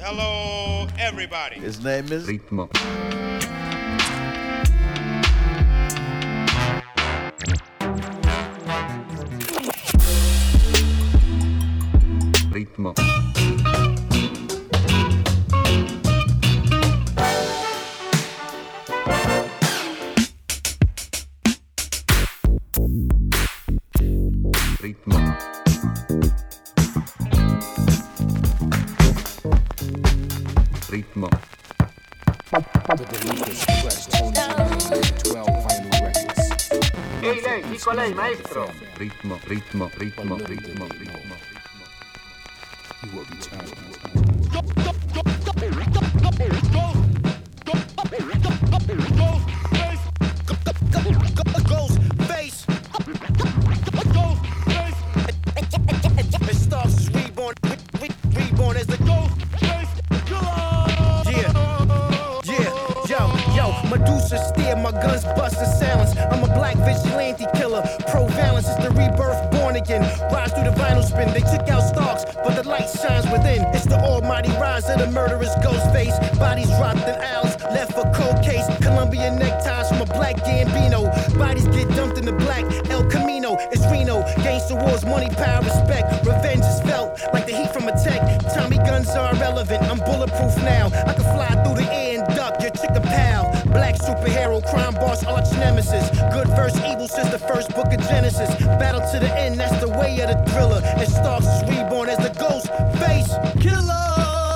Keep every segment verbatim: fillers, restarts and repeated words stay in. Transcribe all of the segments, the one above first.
Hello, everybody. His name is Ritmo. Ritmo. Ritmo. Ritmo. Ehi lei, dico a lei, maestro. Ritmo, ritmo, ritmo, ritmo, ritmo. Ghost face. It starts as reborn, re- reborn as a ghost face. Yeah, yeah, yo, yo. Medusa steer, my guns bust and silence. I'm a black vigilante killer. Pro valence is the rebirth, born again. Rise through the vinyl spin. They took out stalks, but the light shines within. It's the almighty rise of the murderous ghost face. Bodies dropped in owls, left for cold case. Colombian neckties from a black Gambino. Bodies get dumped in the black El Camino. It's Reno. Gangsta wars, money, power, respect. Revenge is felt like the heat from a tech. Tommy guns are irrelevant. I'm bulletproof now. I can fly through the air and duck your chicken pal. Black superhero, crime boss, arch nemesis. Good verse, evil since the first book of Genesis. Battle to the end, that's the way of the thriller. It starts as reborn as the ghost face killer.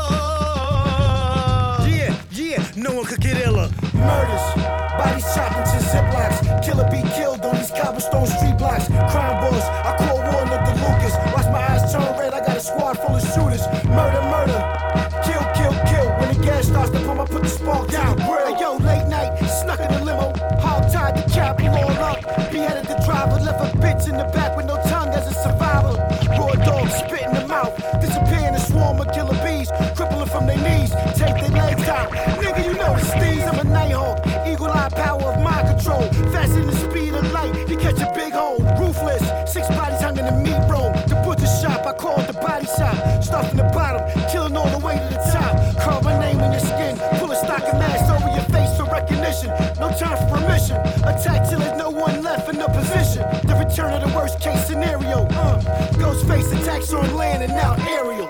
Yeah, yeah, no one could get iller. Murders, bodies chopped into ziplocs. Killer be killed on these cobblestone street blocks. Crime boss, I call war Luther Lucas. Watch my eyes turn red, I got a squad full of shooters. Murder, murder, kill, kill, kill. When the gas starts to pump, I put the spark down. Hey, yo, late night, snuck in the limo. Hog tied the cap, all up. Beheaded the driver, left a bitch in the back with no tongue as a survivor. Raw dog, spit in the mouth. Disappear in a swarm of killer bees. Crippling from their knees, take their legs out. Nigga, you know the steez, I'm a nighthawk. Eagle eye power of mind control. Faster than the speed of light, you catch a big hole. Ruthless, six bodies hung in the meat room. The butcher shop, I call it the body shop. Start from the bottom, killing all the way to the top. Carve my name in your skin, pull a stock and mask over your face for recognition. No time for permission, attack till there's no one left in the position. The return of the worst case scenario. Uh, Ghostface attacks on land and now aerial.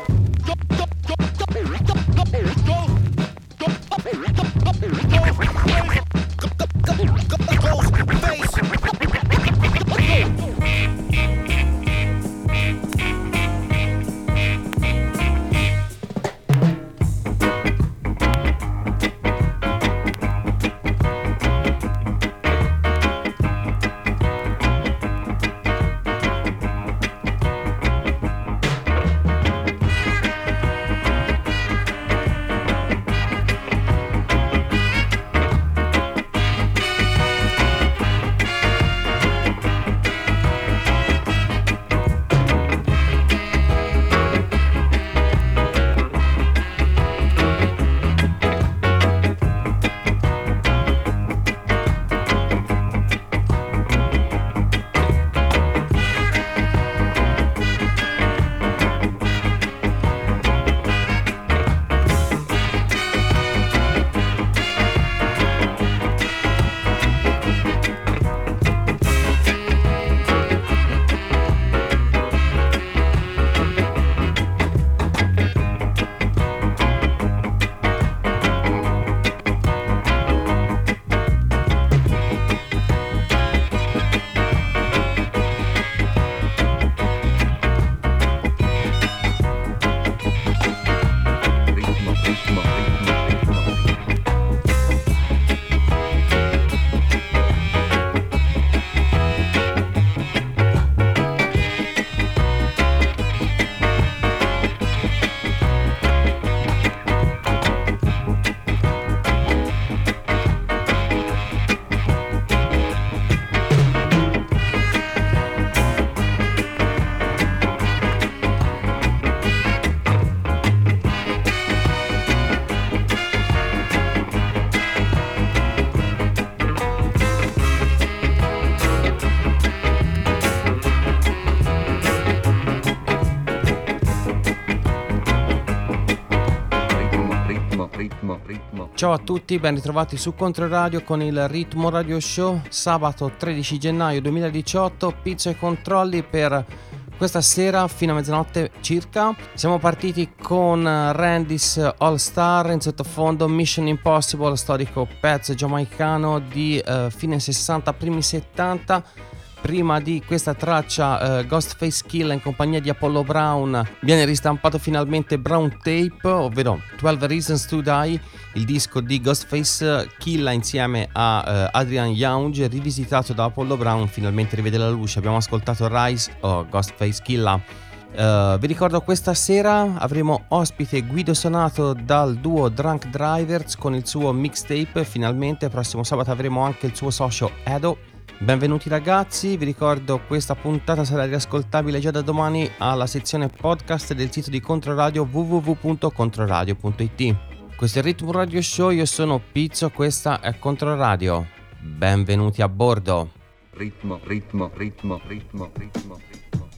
ritmo, ritmo. Ciao a tutti, ben ritrovati su Controradio con il Ritmo Radio Show, sabato tredici gennaio duemiladiciotto, pizza e controlli per questa sera fino a mezzanotte circa. Siamo partiti con Randy's All Star, in sottofondo Mission Impossible, storico pezzo giamaicano di uh, fine sessanta, primi settanta. Prima di questa traccia uh, Ghostface Killah in compagnia di Apollo Brown viene ristampato finalmente Brown Tape, ovvero twelve Reasons to Die, il disco di Ghostface Killah insieme a uh, Adrian Younge, rivisitato da Apollo Brown, finalmente rivede la luce. Abbiamo ascoltato Rise o oh, Ghostface Killah. Uh, vi ricordo, questa sera avremo ospite Guido Sonato dal duo Drunk Drivers con il suo mixtape. Finalmente prossimo sabato avremo anche il suo socio Edo. Benvenuti ragazzi, vi ricordo questa puntata sarà riascoltabile già da domani alla sezione podcast del sito di Controradio w w w punto controradio punto i t. Questo è il Ritmo Radio Show, io sono Pizzo, questa è Controradio. Benvenuti a bordo. Ritmo, ritmo, ritmo, ritmo, ritmo, ritmo.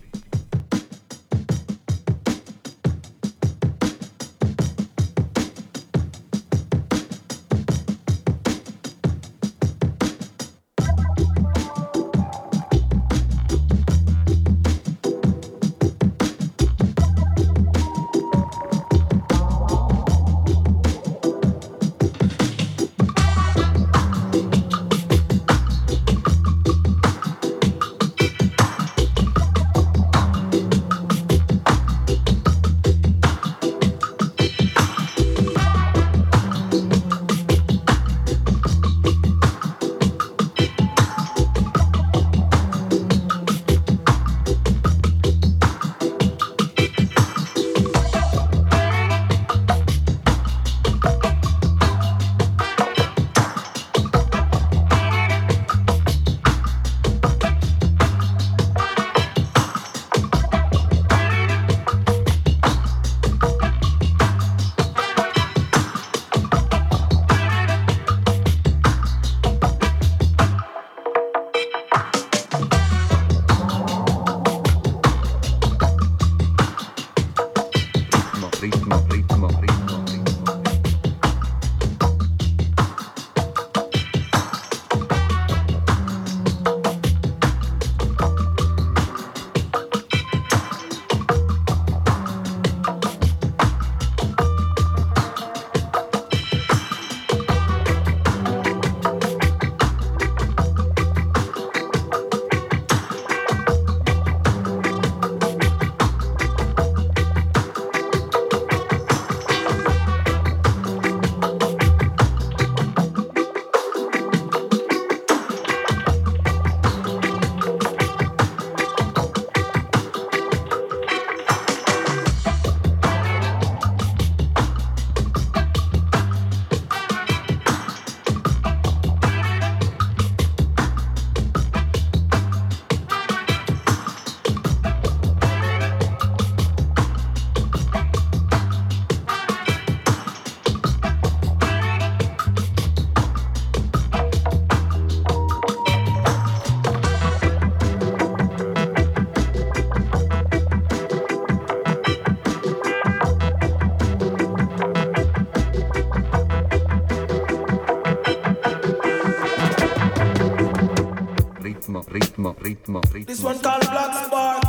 Ritmo, ritmo, ritmo. This one called Black Spark.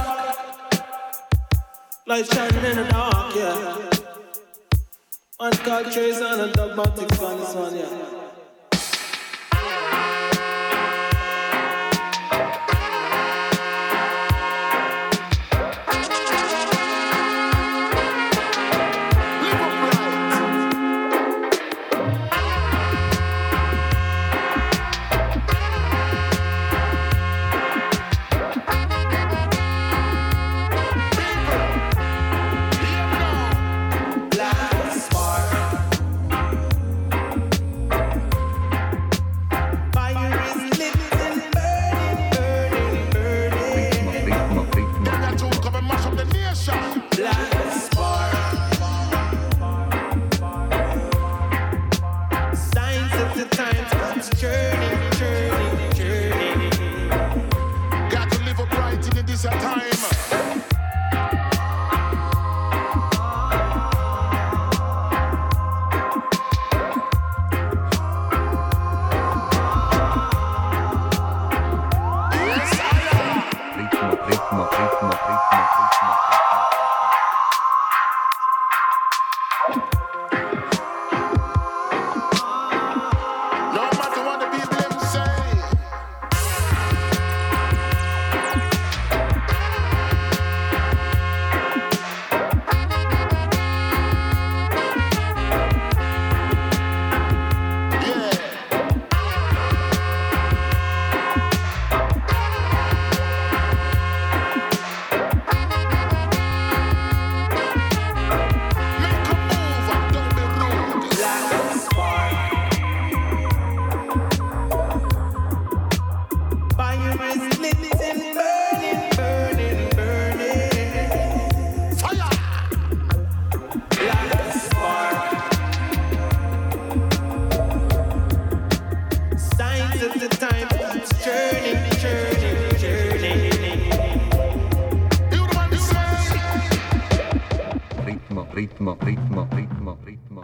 Light shining in the dark, yeah. One called Trace and a Dogmatics on this one, yeah. ritmo, ritmo, ritmo, ritmo.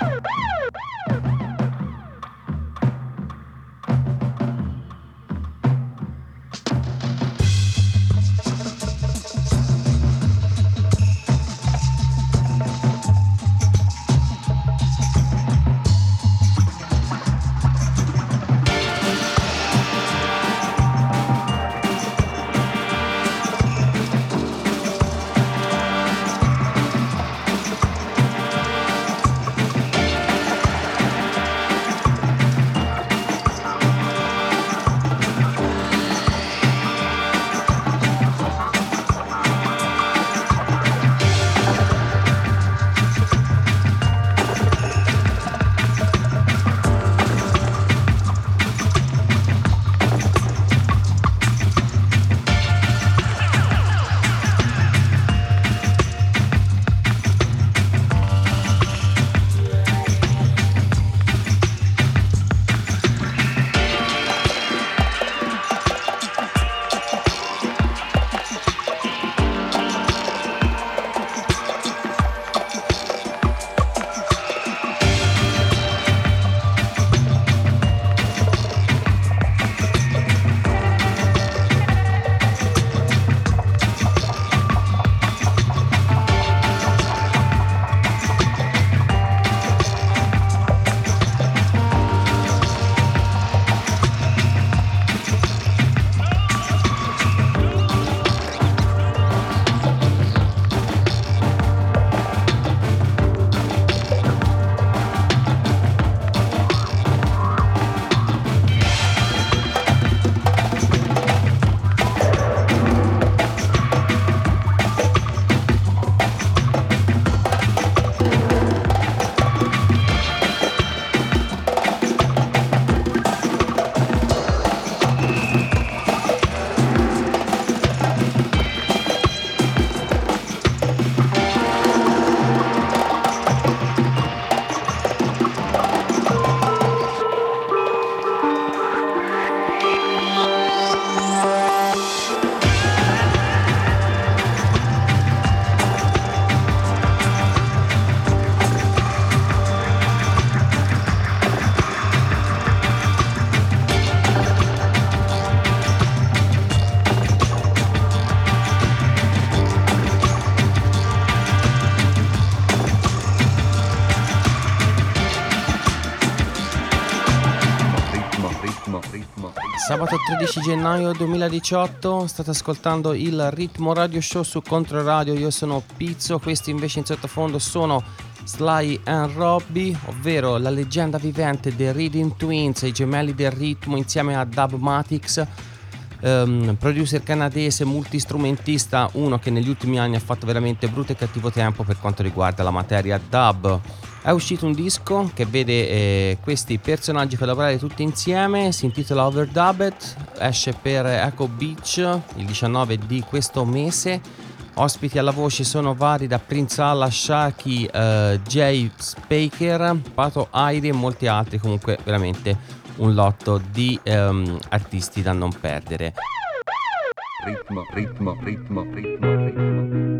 Sabato tredici gennaio duemiladiciotto state ascoltando il Ritmo Radio Show su Controradio. Io sono Pizzo, questi invece in sottofondo sono Sly and Robbie, ovvero la leggenda vivente dei Rhythm Twins, i gemelli del ritmo insieme a Dubmatix, um, producer canadese, multistrumentista, uno che negli ultimi anni ha fatto veramente brutto e cattivo tempo per quanto riguarda la materia dub. È uscito un disco che vede eh, questi personaggi collaborare tutti insieme, si intitola Overdubbed, esce per Echo Beach il diciannove di questo mese. Ospiti alla voce sono vari da Prince Alla, Shaki, eh, Jay Spaker, Pato Airi e molti altri, comunque veramente un lotto di ehm, artisti da non perdere. Ritmo, ritmo, ritmo, ritmo, ritmo.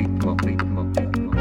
ritmo, ritmo, ritmo.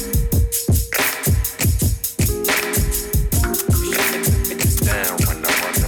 Down when I run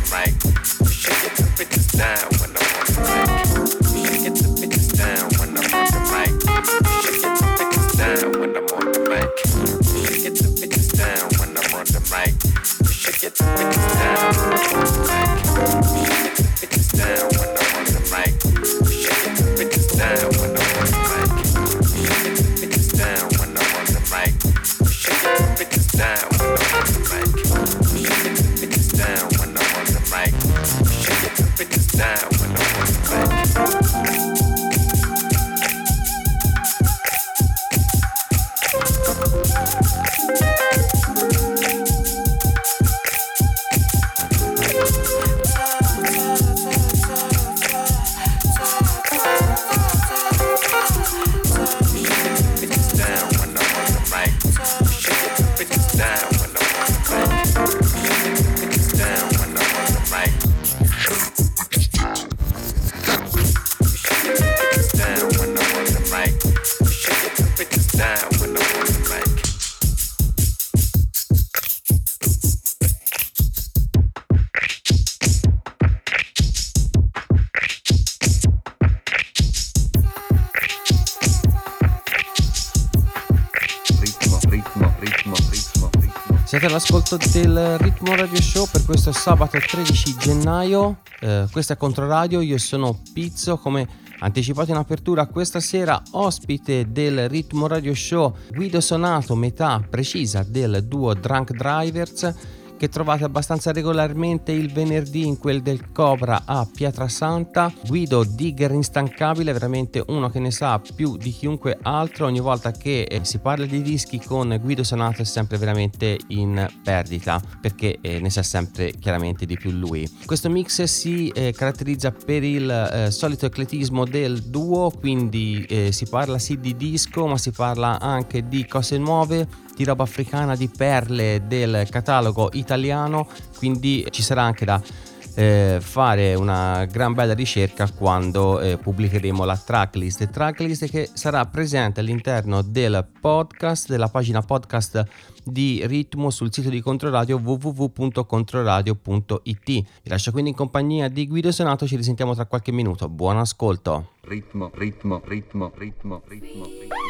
Siete all'ascolto del Ritmo Radio Show per questo sabato tredici gennaio. Eh, questa è Controradio, io sono Pizzo. Come anticipato in apertura, questa sera ospite del Ritmo Radio Show Guido Sonato, metà precisa del duo Drunk Drivers, che trovate abbastanza regolarmente il venerdì in quel del Cobra a Pietrasanta. Guido, digger instancabile, veramente uno che ne sa più di chiunque altro. Ogni volta che eh, si parla di dischi con Guido Sonato è sempre veramente in perdita, perché eh, ne sa sempre chiaramente di più lui. Questo mix si eh, caratterizza per il eh, solito ecletismo del duo, quindi eh, si parla sì di disco, ma si parla anche di cose nuove, di roba africana, di perle del catalogo italiano, quindi ci sarà anche da eh, fare una gran bella ricerca quando eh, pubblicheremo la tracklist, tracklist che sarà presente all'interno del podcast, della pagina podcast di Ritmo sul sito di Controradio w w w punto controradio punto i t. Vi lascio quindi in compagnia di Guido Sonato, ci risentiamo tra qualche minuto. Buon ascolto. Ritmo, ritmo, ritmo, ritmo, ritmo, ritmo.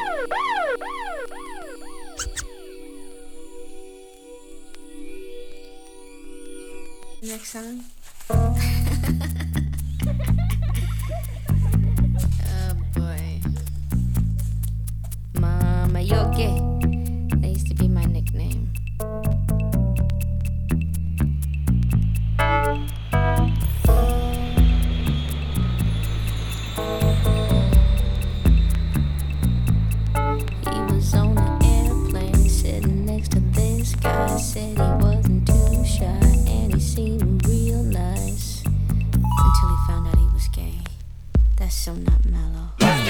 Next song. Oh boy. Mama, you okay? That used to be my nickname. He was on an airplane sitting next to this guy, said he wasn't too shy and he seemed real nice until he found out he was gay. That's so not mellow.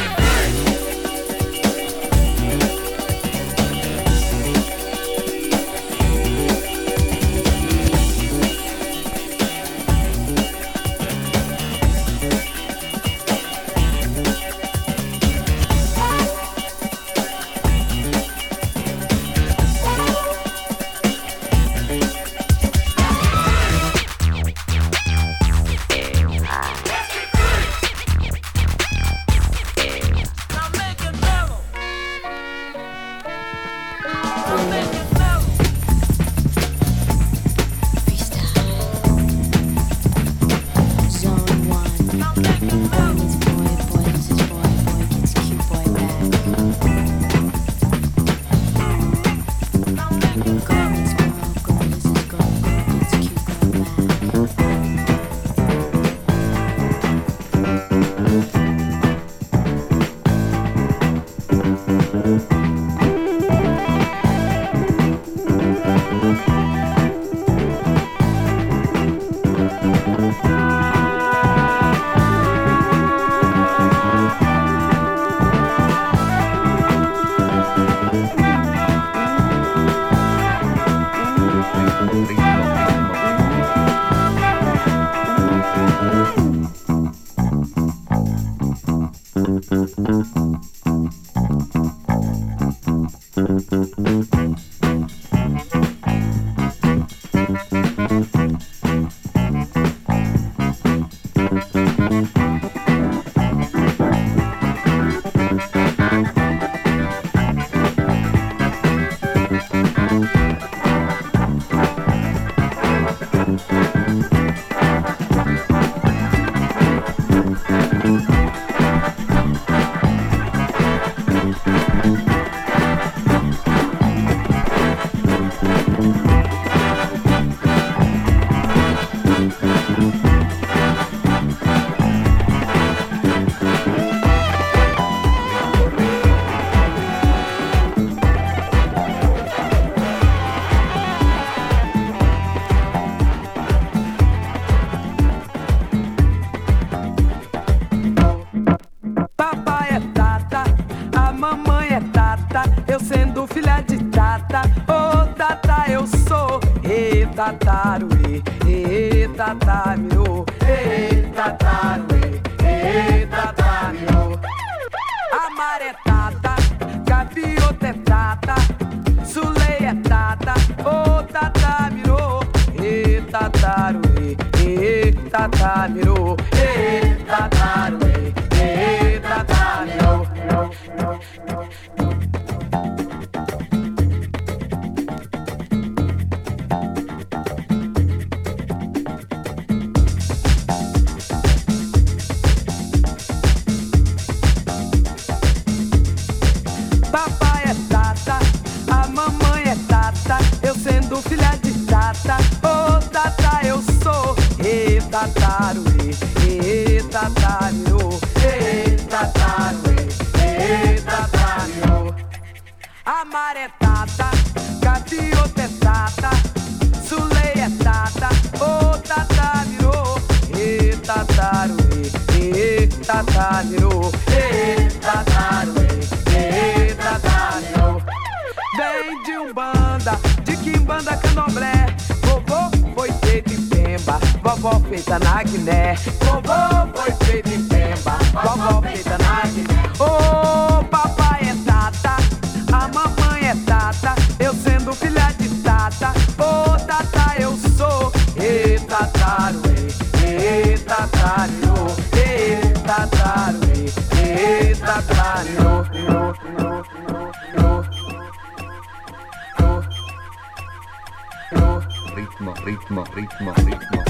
Tataruê, e tatamirô, e tataruê, e tatamirô. A maré tata, gaviota é tata, suleia é tata, o tatamirô, e tataruê, e tatamirô, e tataruê, e tatamirô. tatarino, e tatarino, e tatarino. Vem de Umbanda, de Quimbanda, Candomblé. Vovô foi feito em Pemba, vovó feita na Guiné. Vovô foi feito em Pemba, vovó feita na Guiné. Oh, papai é tata, a mamãe é tata, eu sendo filha de tata. Oh, tata eu sou, e tataru, e tataru, e tataru, e tataru, no, no, no, no. Ritmo, ritmo, ritmo, ritmo.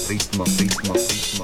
ritmo, ritmo, ritmo,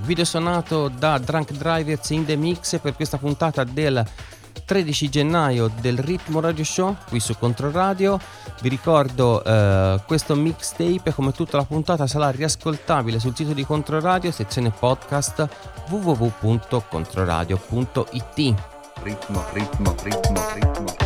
video suonato da Drunk Drivers in the Mix per questa puntata del tredici gennaio del Ritmo Radio Show qui su Controradio. Vi ricordo eh, questo mixtape, come tutta la puntata, sarà riascoltabile sul sito di Controradio, sezione podcast w w w punto controradio punto i t. Ritmo, ritmo, ritmo, ritmo, ritmo.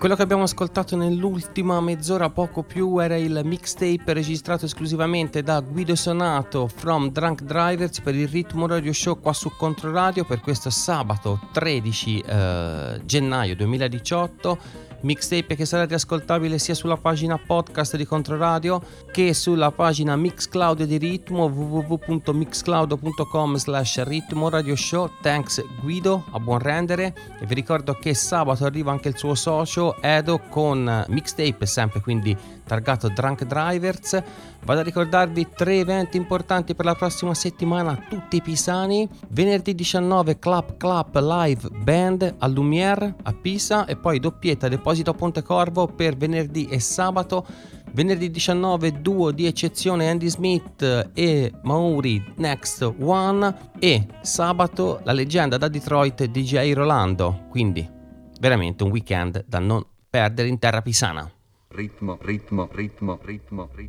Quello che abbiamo ascoltato nell'ultima mezz'ora poco più era il mixtape registrato esclusivamente da Guido Sonato from Drunk Drivers per il Ritmo Radio Show qua su Controradio per questo sabato tredici eh, gennaio duemiladiciotto. Mixtape che sarà riascoltabile sia sulla pagina podcast di Controradio che sulla pagina Mixcloud di Ritmo w w w punto mixcloud punto com slash Ritmo Radio Show. Thanks Guido, a buon rendere, e vi ricordo che sabato arriva anche il suo socio Edo con Mixtape, sempre quindi targato Drunk Drivers. Vado a ricordarvi tre eventi importanti per la prossima settimana, tutti pisani. Venerdì diciannove Clap Clap Live Band a Lumière a Pisa, e poi doppietta Deposito Pontecorvo per venerdì e sabato. Venerdì diciannove duo di eccezione Andy Smith e Mauri Next One, e sabato la leggenda da Detroit D J Rolando. Quindi veramente un weekend da non perdere in terra pisana. Ritmo, ritmo, ritmo, ritmo, ritmo.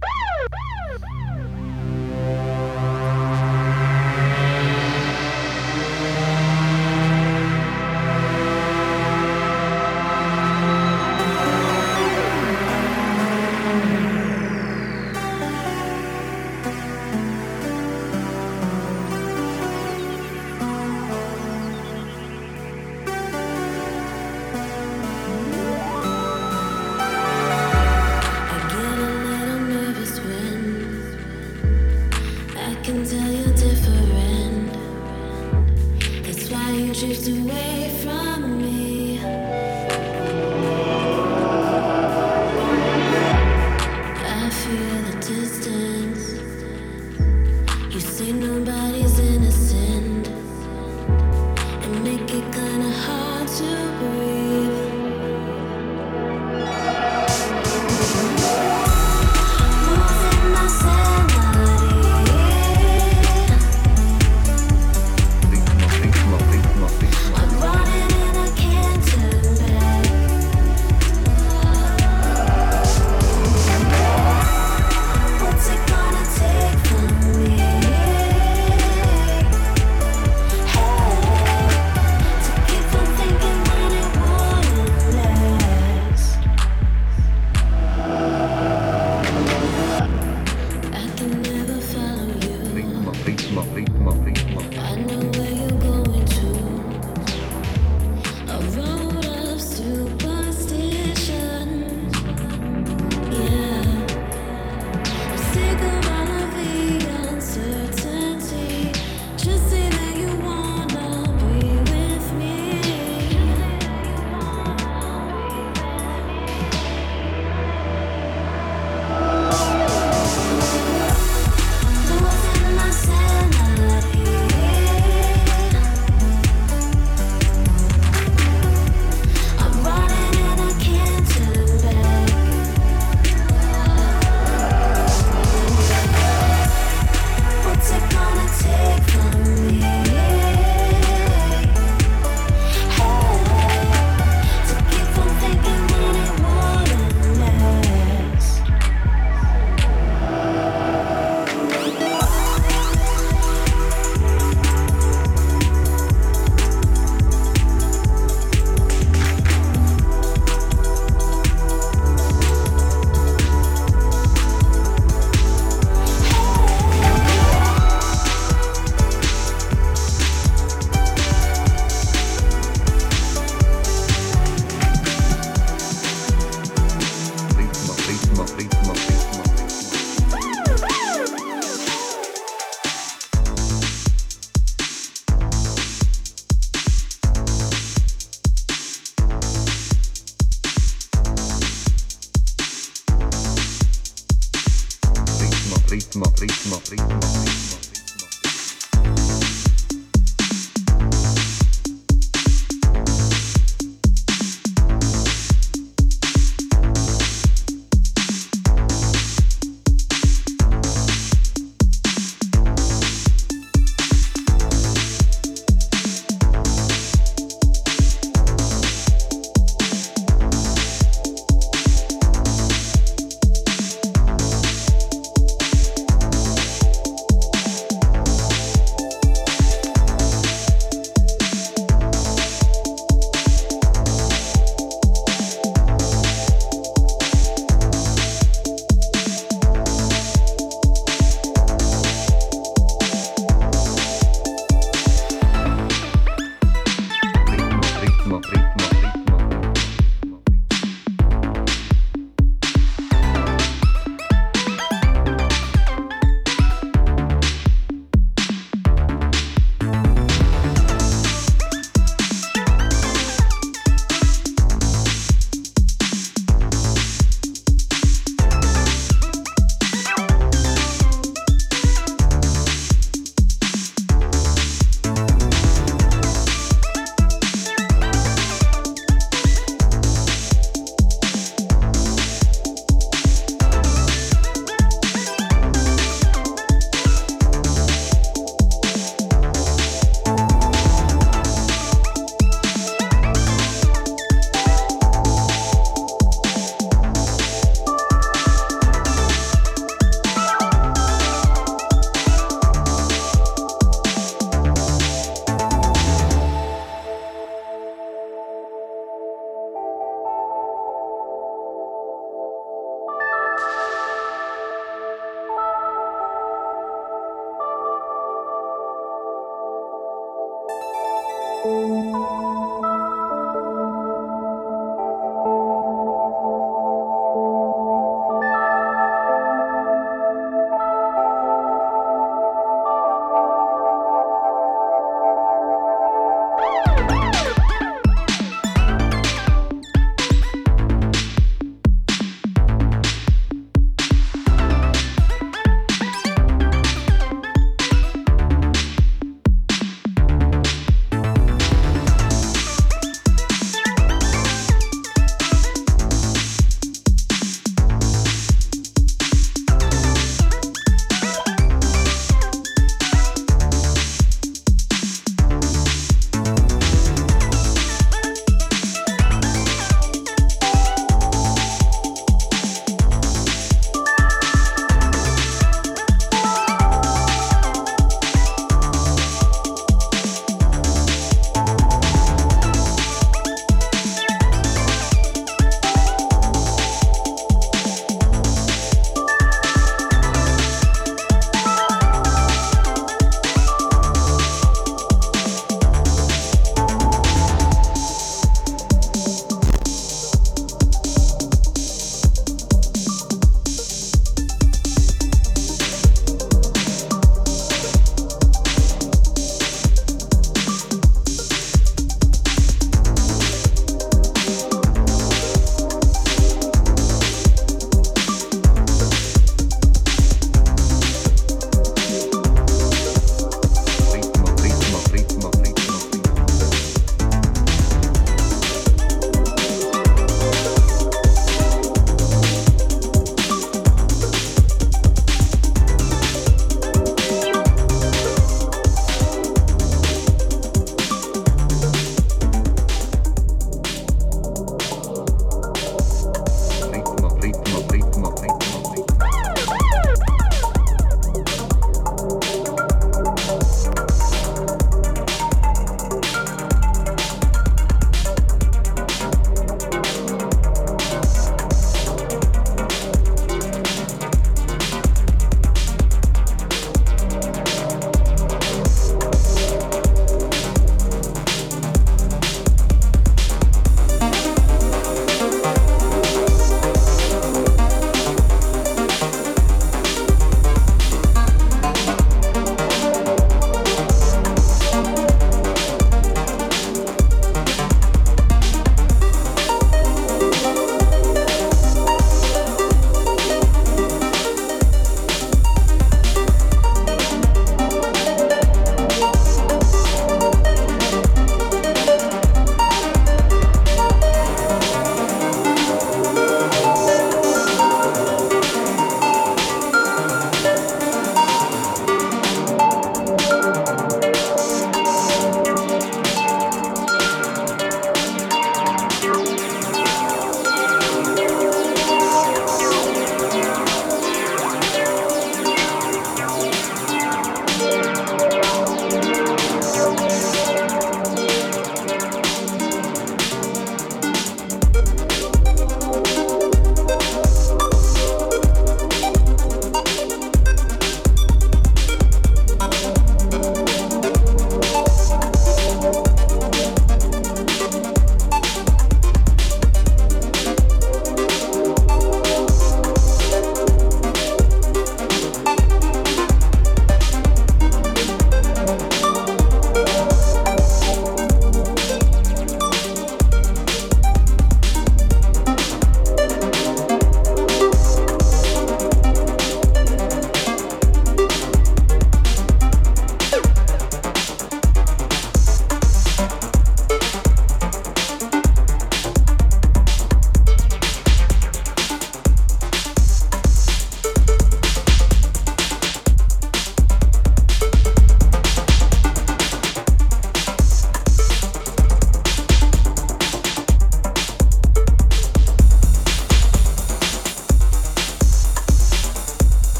ritmo, ritmo, ritmo, ritmo, ritmo.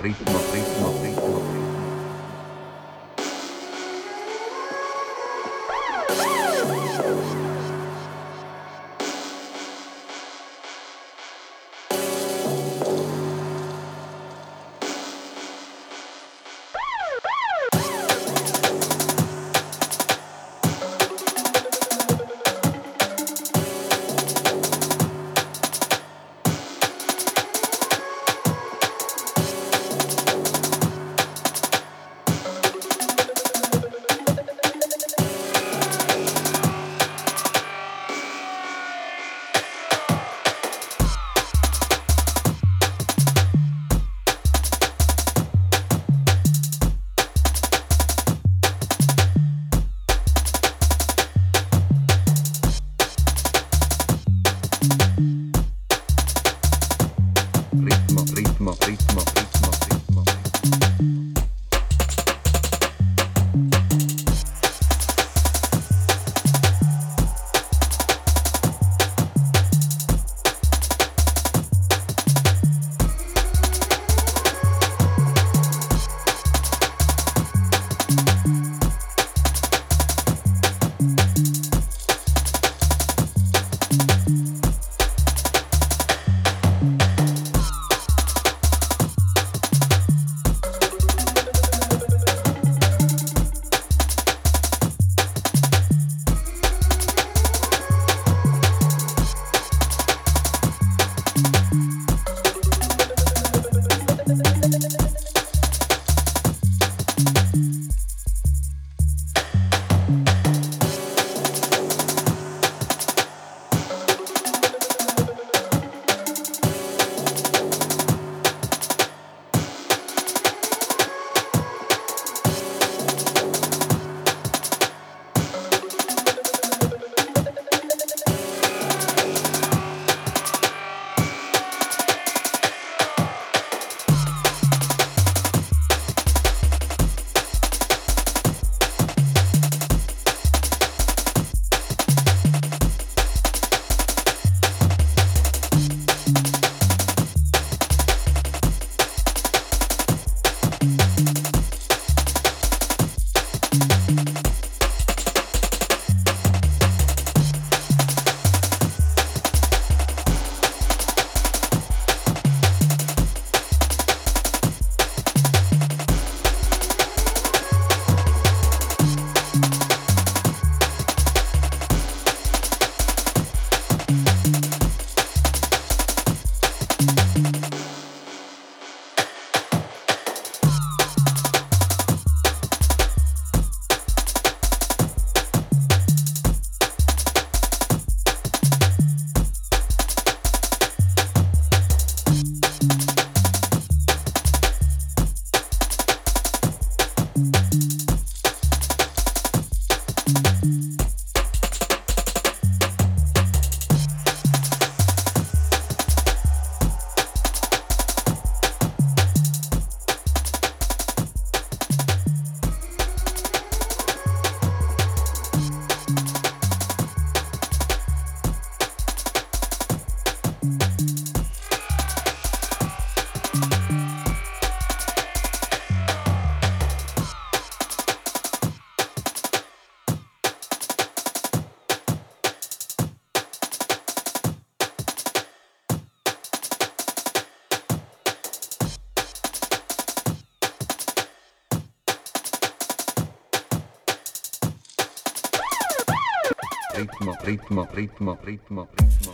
ritmo, ritmo, ritmo. ritmo, ritmo, ritmo, ritmo, ritmo.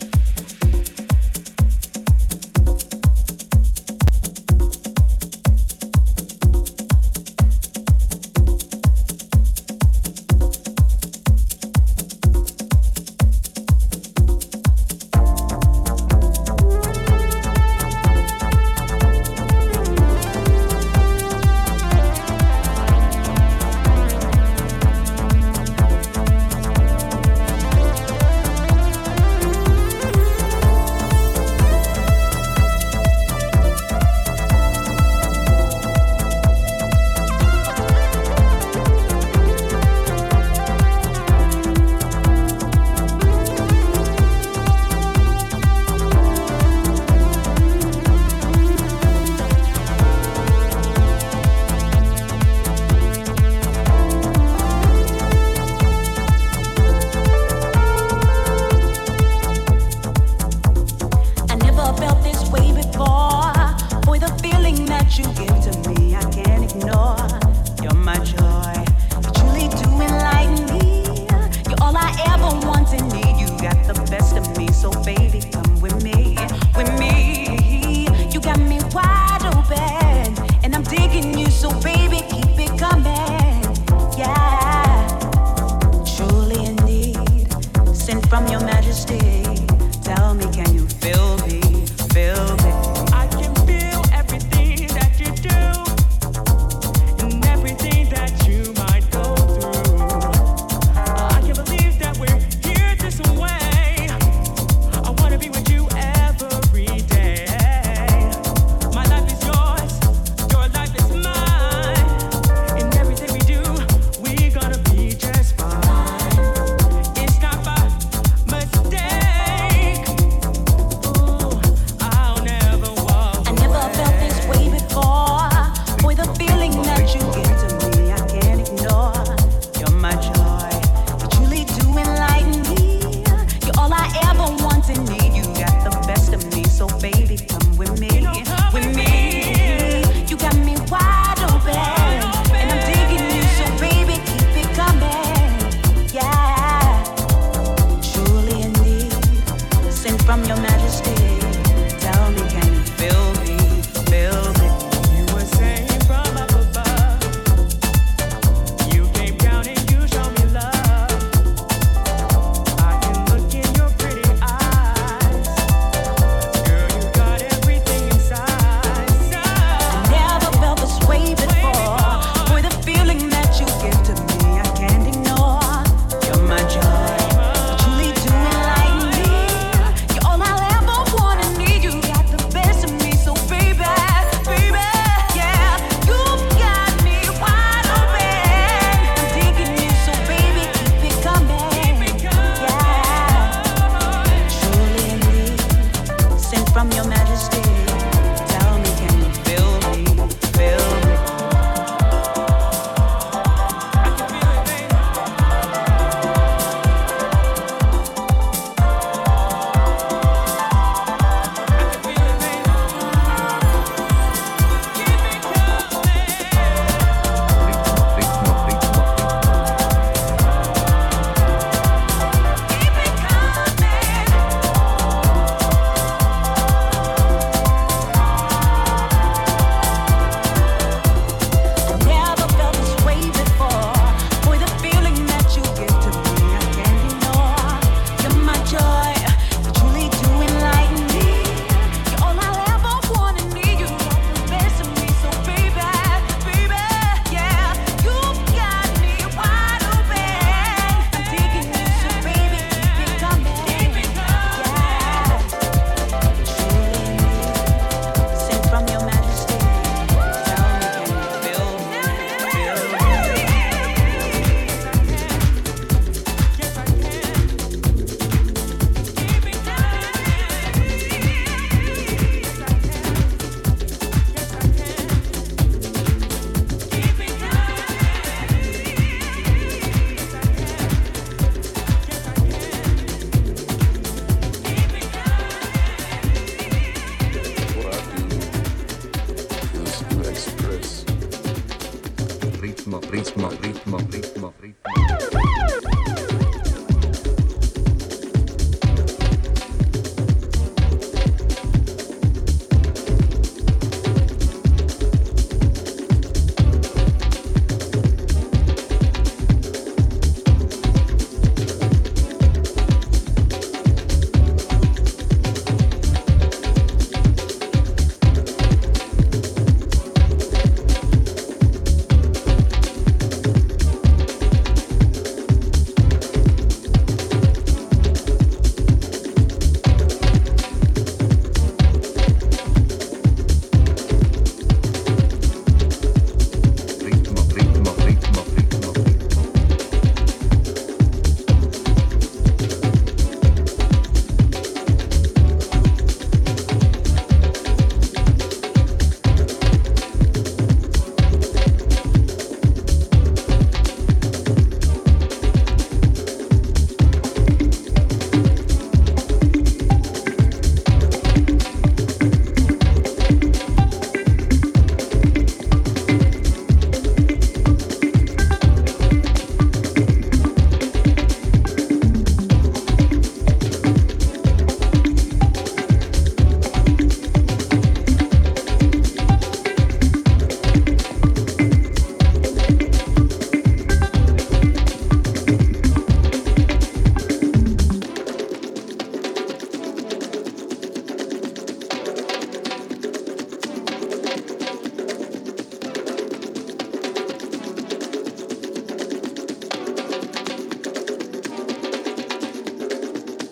ritmo, ritmo, ritmo, ritmo.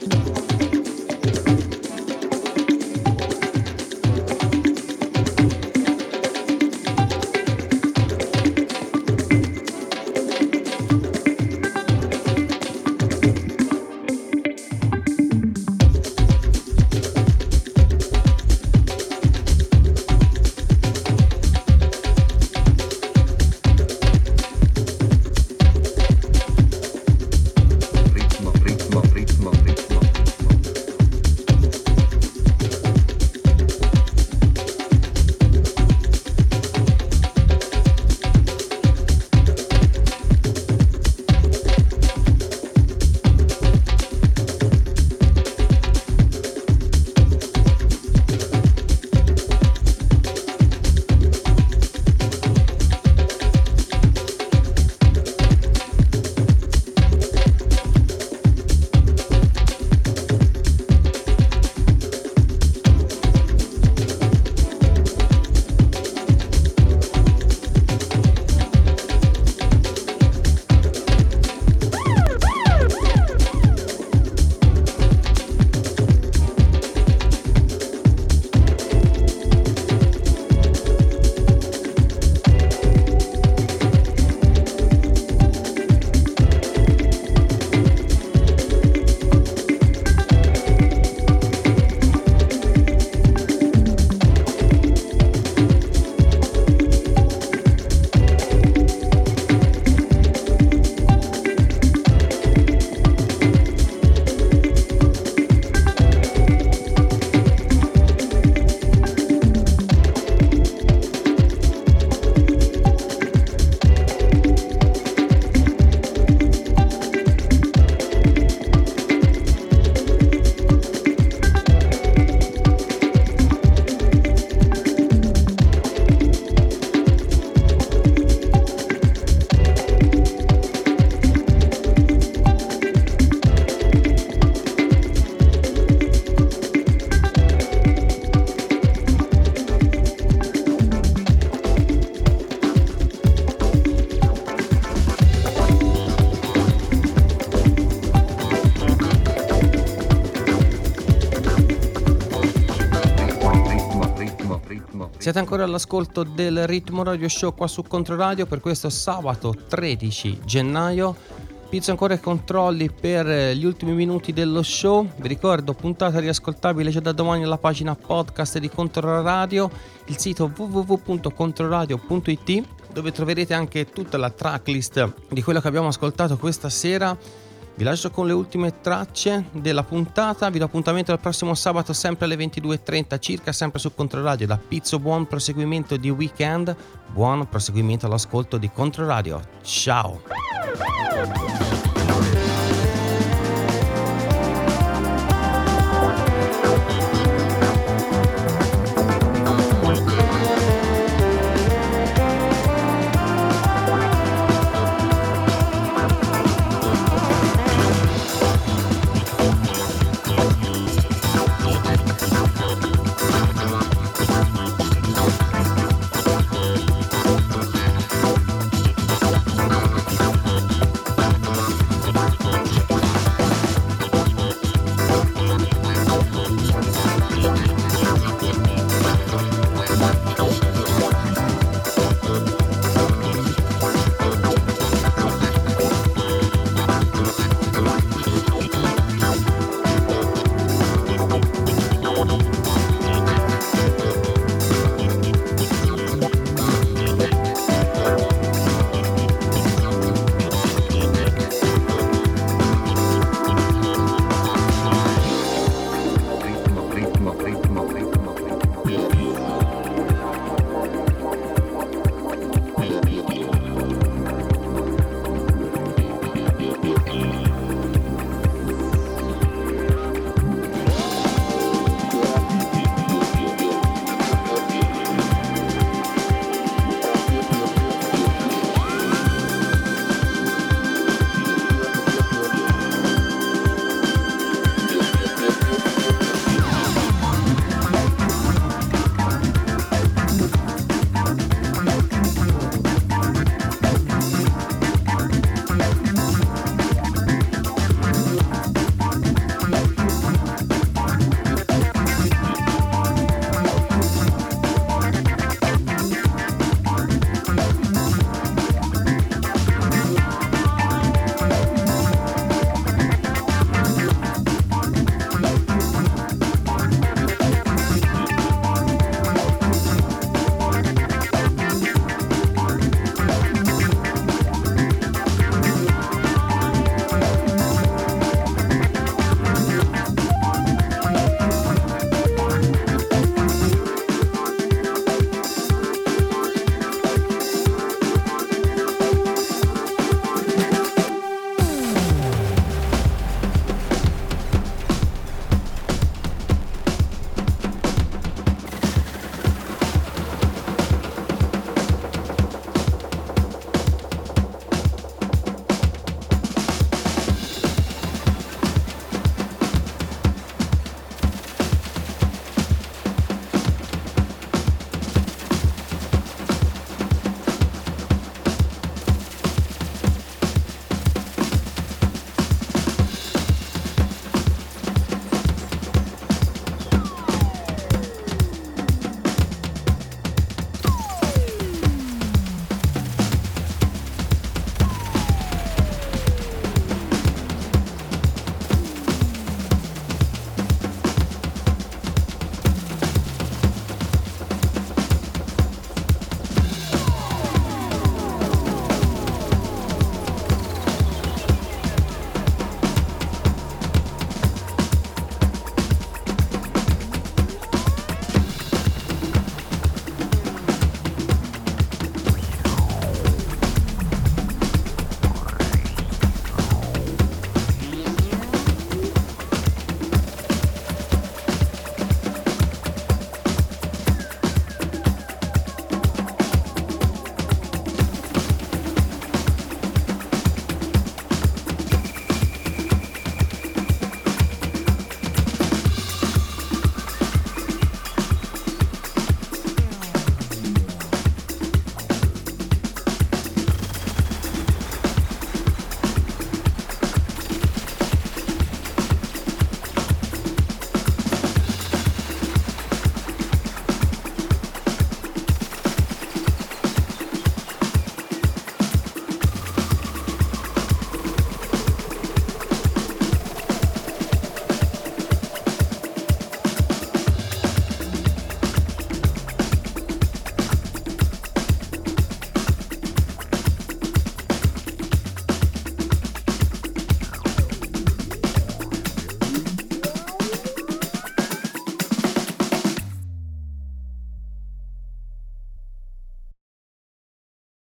Siete ancora all'ascolto del Ritmo Radio Show qua su Controradio per questo sabato tredici gennaio. Pizzo ancora i controlli per gli ultimi minuti dello show. Vi ricordo, puntata riascoltabile già da domani alla pagina podcast di Controradio, il sito w w w punto controradio punto i t, dove troverete anche tutta la tracklist di quello che abbiamo ascoltato questa sera. Vi lascio con le ultime tracce della puntata. Vi do appuntamento al prossimo sabato sempre alle ventidue e trenta circa, sempre su Controradio. Da Pizzo buon proseguimento di weekend, buon proseguimento all'ascolto di Controradio. Ciao!